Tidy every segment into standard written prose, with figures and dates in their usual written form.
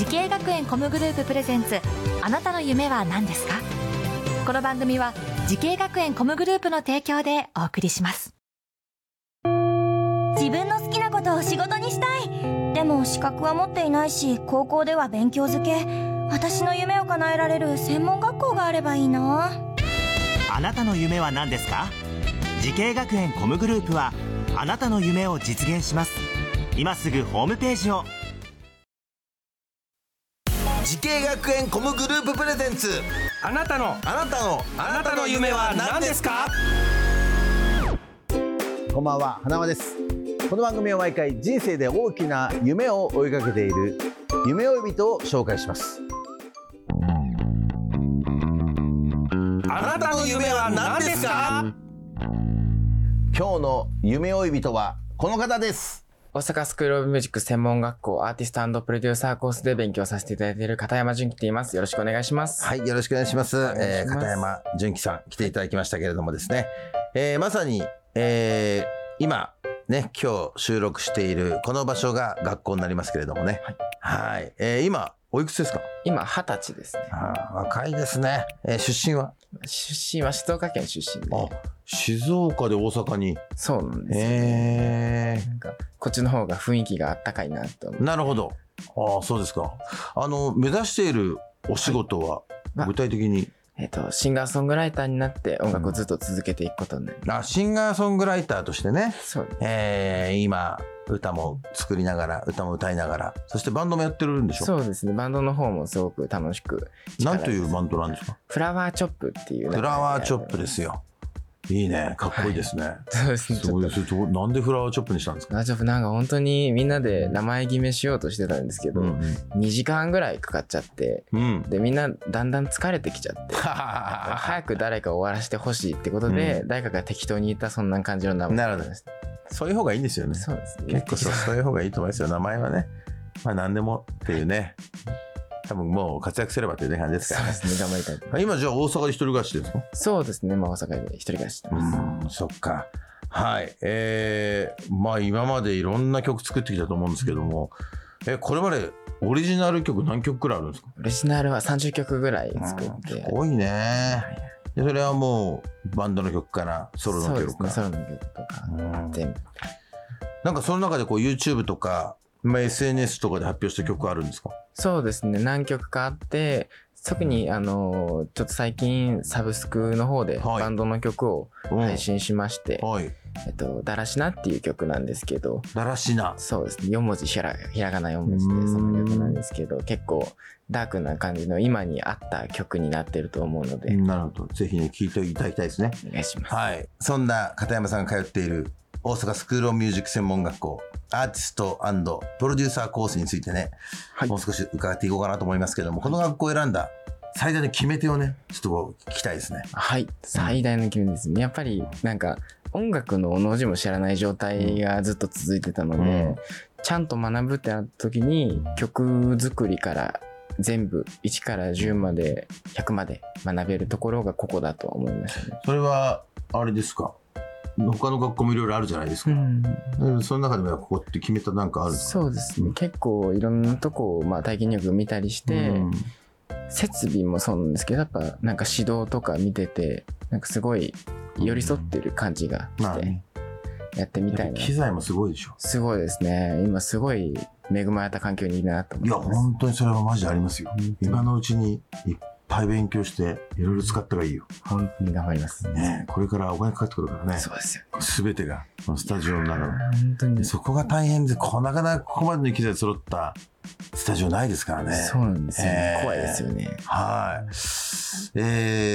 時系学園コムグループプレゼンツ、あなたの夢は何ですか？この番組は時系学園コムグループの提供でお送りします。 自分の好きなことを仕事にしたい。でも資格は持っていないし、高校では勉強づけ。私の夢を叶えられる専門学校があればいいな。 あなたの夢は何ですか？時系学園コムグループはあなたの夢を実現します。今すぐホームページを。 時系学園コムグループプレゼンツ、 あなたの夢は何ですか？ こんばんは、花輪です。この番組は毎回人生で大きな夢を追いかけている夢追い人を紹介します。 あなたの夢は何ですか？ 今日の夢追い人はこの方です。 大阪スクールオブミュージック専門学校アーティスト&プロデューサーコースで勉強させていただいている片山純喜と言います。よろしくお願いします。 はい、よろしくお願いします。片山純喜さん来ていただきましたけれどもですね、まさに、今ね、今日収録しているこの場所が学校になりますけれどもね。はい。今おいくつですか？ 今20歳ですね。 若いですね。出身は静岡県出身で。 静岡で大阪に。 そうなんですよ、ね。なんかこっちの方が雰囲気があったかいなと思う。 なるほど。そうですか。目指しているお仕事は具体的に、 シンガーソングライターになって音楽をずっと続けていくことになります。 シンガーソングライターとしてね。 そうです。 今歌も作りながら、歌も歌いながら、そしてバンドもやってるんでしょ？ そうですね。バンドの方もすごく楽しく。 なんというバンドなんですか？ フラワーチョップっていう。 フラワーチョップですよ。いいね、かっこいいですね。はい、 そうですね。 なんでフラワーチョップにしたんですか？ フラワーチョップなんか本当にみんなで名前決めしようとしてたんですけど、2時間ぐらいかかっちゃって、でみんなだんだん疲れてきちゃって早く誰か終わらせてほしいってことで、誰かが適当に言ったそんな感じの名前。 なるほど。そういう方がいいんですよね。 そうですね。 結構そういう方がいいと思いますよ。名前はね、何でもっていうね。多分もう活躍すればっていう感じですからね。 そうですね、頑張りたい。 今じゃあ大阪で一人暮らしですか？ そうですね、大阪で一人暮らししてます。そっか。はい。今までいろんな曲作ってきたと思うんですけども、これまでオリジナル曲何曲くらいあるんですか？ オリジナルは30曲ぐらい作って。 すごいね。でそれはもうバンドの曲からソロの曲から。 ソロの曲とか全部。 なんかその中でこう YouTube とか、SNS とかで発表した曲あるんですか？ そうですね、何曲かあって、特にちょっと最近サブスクの方でバンドの曲を配信しまして、だらしなっていう曲なんですけど。 だらしな。 そうですね、4文字ひらがな4文字でその曲なんですけど、結構ダークな感じの今に合った曲になってると思うので。 なるほど、ぜひね聴いていただきたいですね。 お願いします。 はい。そんな片山さんが通っている大阪スクールオブミュージック専門学校アーティスト&プロデューサーコースについてね、もう少し伺っていこうかなと思いますけども、この学校を選んだ最大の決め手をね、ちょっと聞きたいですね。 はい、最大の決め手ですね。やっぱりなんか音楽のの字も知らない状態がずっと続いてたので、ちゃんと学ぶってなった時に曲作りから全部1から10まで100まで学べるところがここだと思いましたね。 それはあれですか？他の学校もいろいろあるじゃないですか。その中でもここって決めたなんかあるんですか？ そうですね。結構いろんなとこを体験入学見たりして、設備もそうなんですけど、やっぱなんか指導とか見てて、なんかすごい寄り添ってる感じがして、やってみたいな。 機材もすごいでしょ？ すごいですね。今すごい恵まれた環境にいるなと思います。 いや、本当にそれはマジでありますよ。今のうちにいっぱい勉強していろいろ使った方がいいよ。 本当に頑張りますね。これからお金かかってくるからね。 そうですよ。 すべてがこのスタジオになる。 本当に。 そこが大変で、なかなかここまでの機材揃ったスタジオないですからね。 そうなんですよ。怖いですよね。 はい。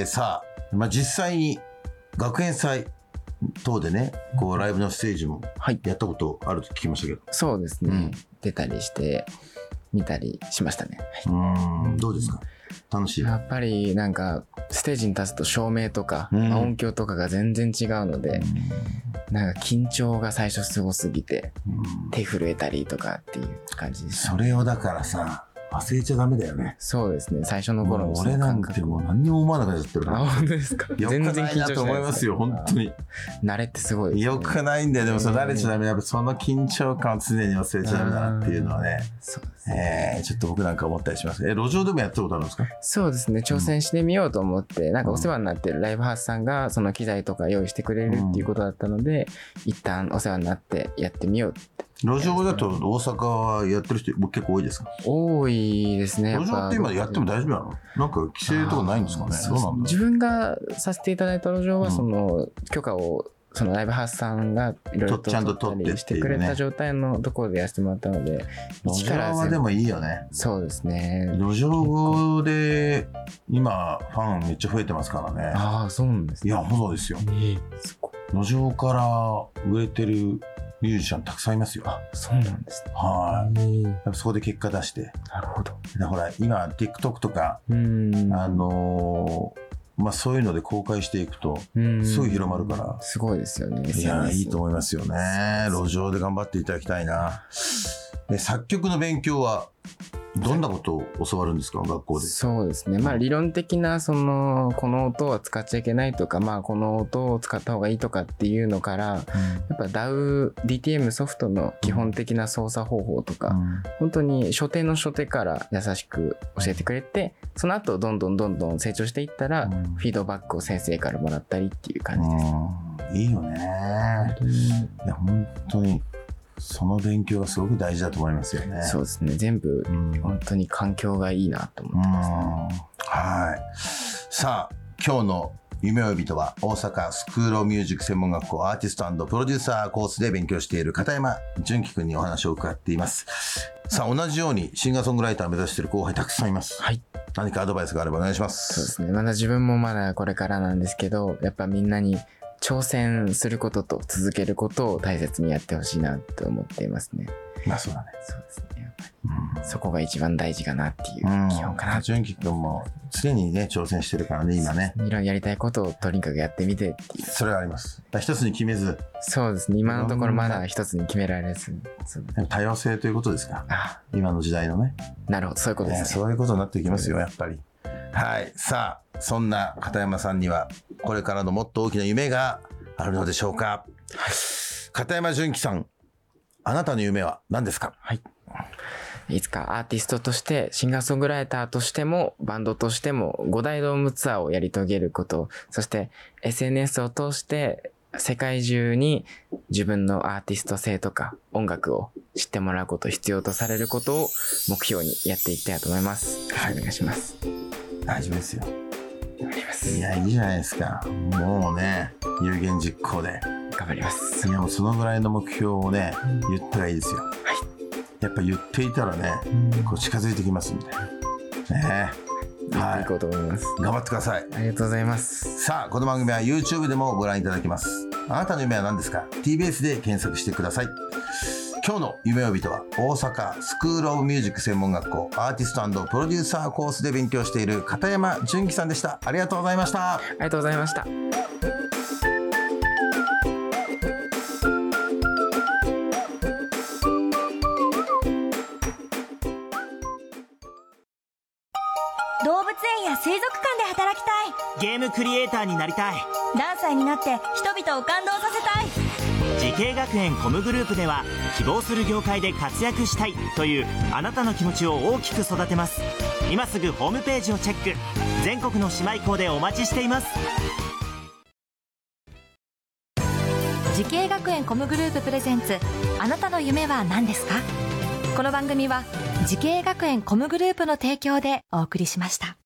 さあ、実際に学園祭等でね、こうライブのステージもやったことあると聞きましたけど。 そうですね。出たりして見たりしましたね。 どうですか？楽しい？ やっぱりなんかステージに立つと照明とか、音響とかが全然違うので、なんか緊張が最初すごすぎて、手震えたりとかっていう感じです。 それをだからさ、 忘れちゃダメだよね。 そうですね。最初の頃の俺なんてもう何にも思わなくなっちゃってるから。 あ、本当ですか。 よくないなと思いますよ、本当に。 慣れってすごいですね。 よくないんだよ。でも慣れちゃダメ。やっぱその緊張感を常に忘れちゃダメだなっていうのはね。 そうですね。 ちょっと僕なんか思ったりします。路上でもやったことあるんですか？ そうですね。挑戦してみようと思って、なんかお世話になってるライブハウスさんがその機材とか用意してくれるっていうことだったので、一旦お世話になってやってみようって。 路上だと大阪はやってる人結構多いですか？ 多いですね。 路上って今やっても大丈夫なの？なんか規制とかないんですかね？どうなんだろう？ 自分がさせていただいた路上はその許可をそのライブハウスさんがいろいろとちゃんと取ってしてくれた状態のところでやらせてもらったので、 路上はでもいいよね。 そうですね。 路上で今ファンめっちゃ増えてますからね。 ああ、そうなんですね。 いや、そうですよ。路上から売れてるミュージシャンたくさんいますよ。 あ、そうなんですね。 はい。やっぱそこで結果出して。 なるほど。 ほら今 TikTok とかまあそういうので公開していくとすぐ広まるから。 すごいですよね。 いや、いいと思いますよね。路上で頑張っていただきたいな。作曲の勉強はどんなことを教わるんですか、学校で？そうですね。 まあ理論的なこの音は使っちゃいけないとか、まあこの音を使った方がいいとかっていうのから、やっぱ DAW、DTM ソフトの基本的な操作方法とか、本当に初手の初手から優しく教えてくれて、その後どんどん成長していったら、フィードバックを先生からもらったりっていう感じです。 いいよね。いや、本当に。その勉強がすごく大事だと思いますよね。 そうですね。全部、本当に環境がいいなと思ってますね。 はい。さあ、今日の夢追い人は大阪スクールオブミュージック専門学校アーティスト&プロデューサーコースで勉強している片山純喜くんにお話を伺っています。さあ、同じようにシンガーソングライターを目指している後輩たくさんいます。 はい。 何かアドバイスがあればお願いします。 そうですね。まだ自分もまだこれからなんですけど、やっぱみんなに挑戦することと続けることを大切にやってほしいなと思っていますね。 まあそうだね。 そうですね。やっぱりそこが一番大事かなっていう基本かな。 純喜くんも常にね挑戦してるからね、今ね。 いろいろやりたいことをとにかくやってみてっていう。 それはあります。一つに決めず。 そうですね。今のところまだ一つに決められず。 多様性ということですか。今の時代のね。 なるほど、そういうことですね。 そういうことになっていきますよ、やっぱり。はい。さあ、そんな片山さんにはこれからのもっと大きな夢があるのでしょうか。はい、片山純喜さん、あなたの夢は何ですか？ はい。いつかアーティストとしてシンガーソングライターとしてもバンドとしても5大ドームツアーをやり遂げること、そして SNS を通して世界中に自分のアーティスト性とか音楽を知ってもらうこと、必要とされることを目標にやっていきたいと思います。はい、お願いします。 大丈夫ですよ。いや、いいじゃないですか。もうね、有言実行で頑張ります。 いや、もうそのぐらいの目標をね、言ったらいいですよ。はい。やっぱ言っていたらね、こう近づいてきますんでね。 はい、行こうと思います。 頑張ってください。 ありがとうございます。 さあ、この番組は YouTube でもご覧いただけます。あなたの夢は何ですか？ TBS で検索してください。今日の夢呼びとは大阪スクールオブミュージック専門学校アーティスト&プロデューサーコースで勉強している片山純喜さんでした。ありがとうございました。 ありがとうございました。 動物園や水族館で働きたい。ゲームクリエイターになりたい。 何歳になって人々を感動させたい。 時系学園コムグループでは希望する業界で活躍したいというあなたの気持ちを大きく育てます。今すぐホームページをチェック。全国の姉妹校でお待ちしています。 時系学園コムグループプレゼンツ、あなたの夢は何ですか？この番組は時系学園コムグループの提供でお送りしました。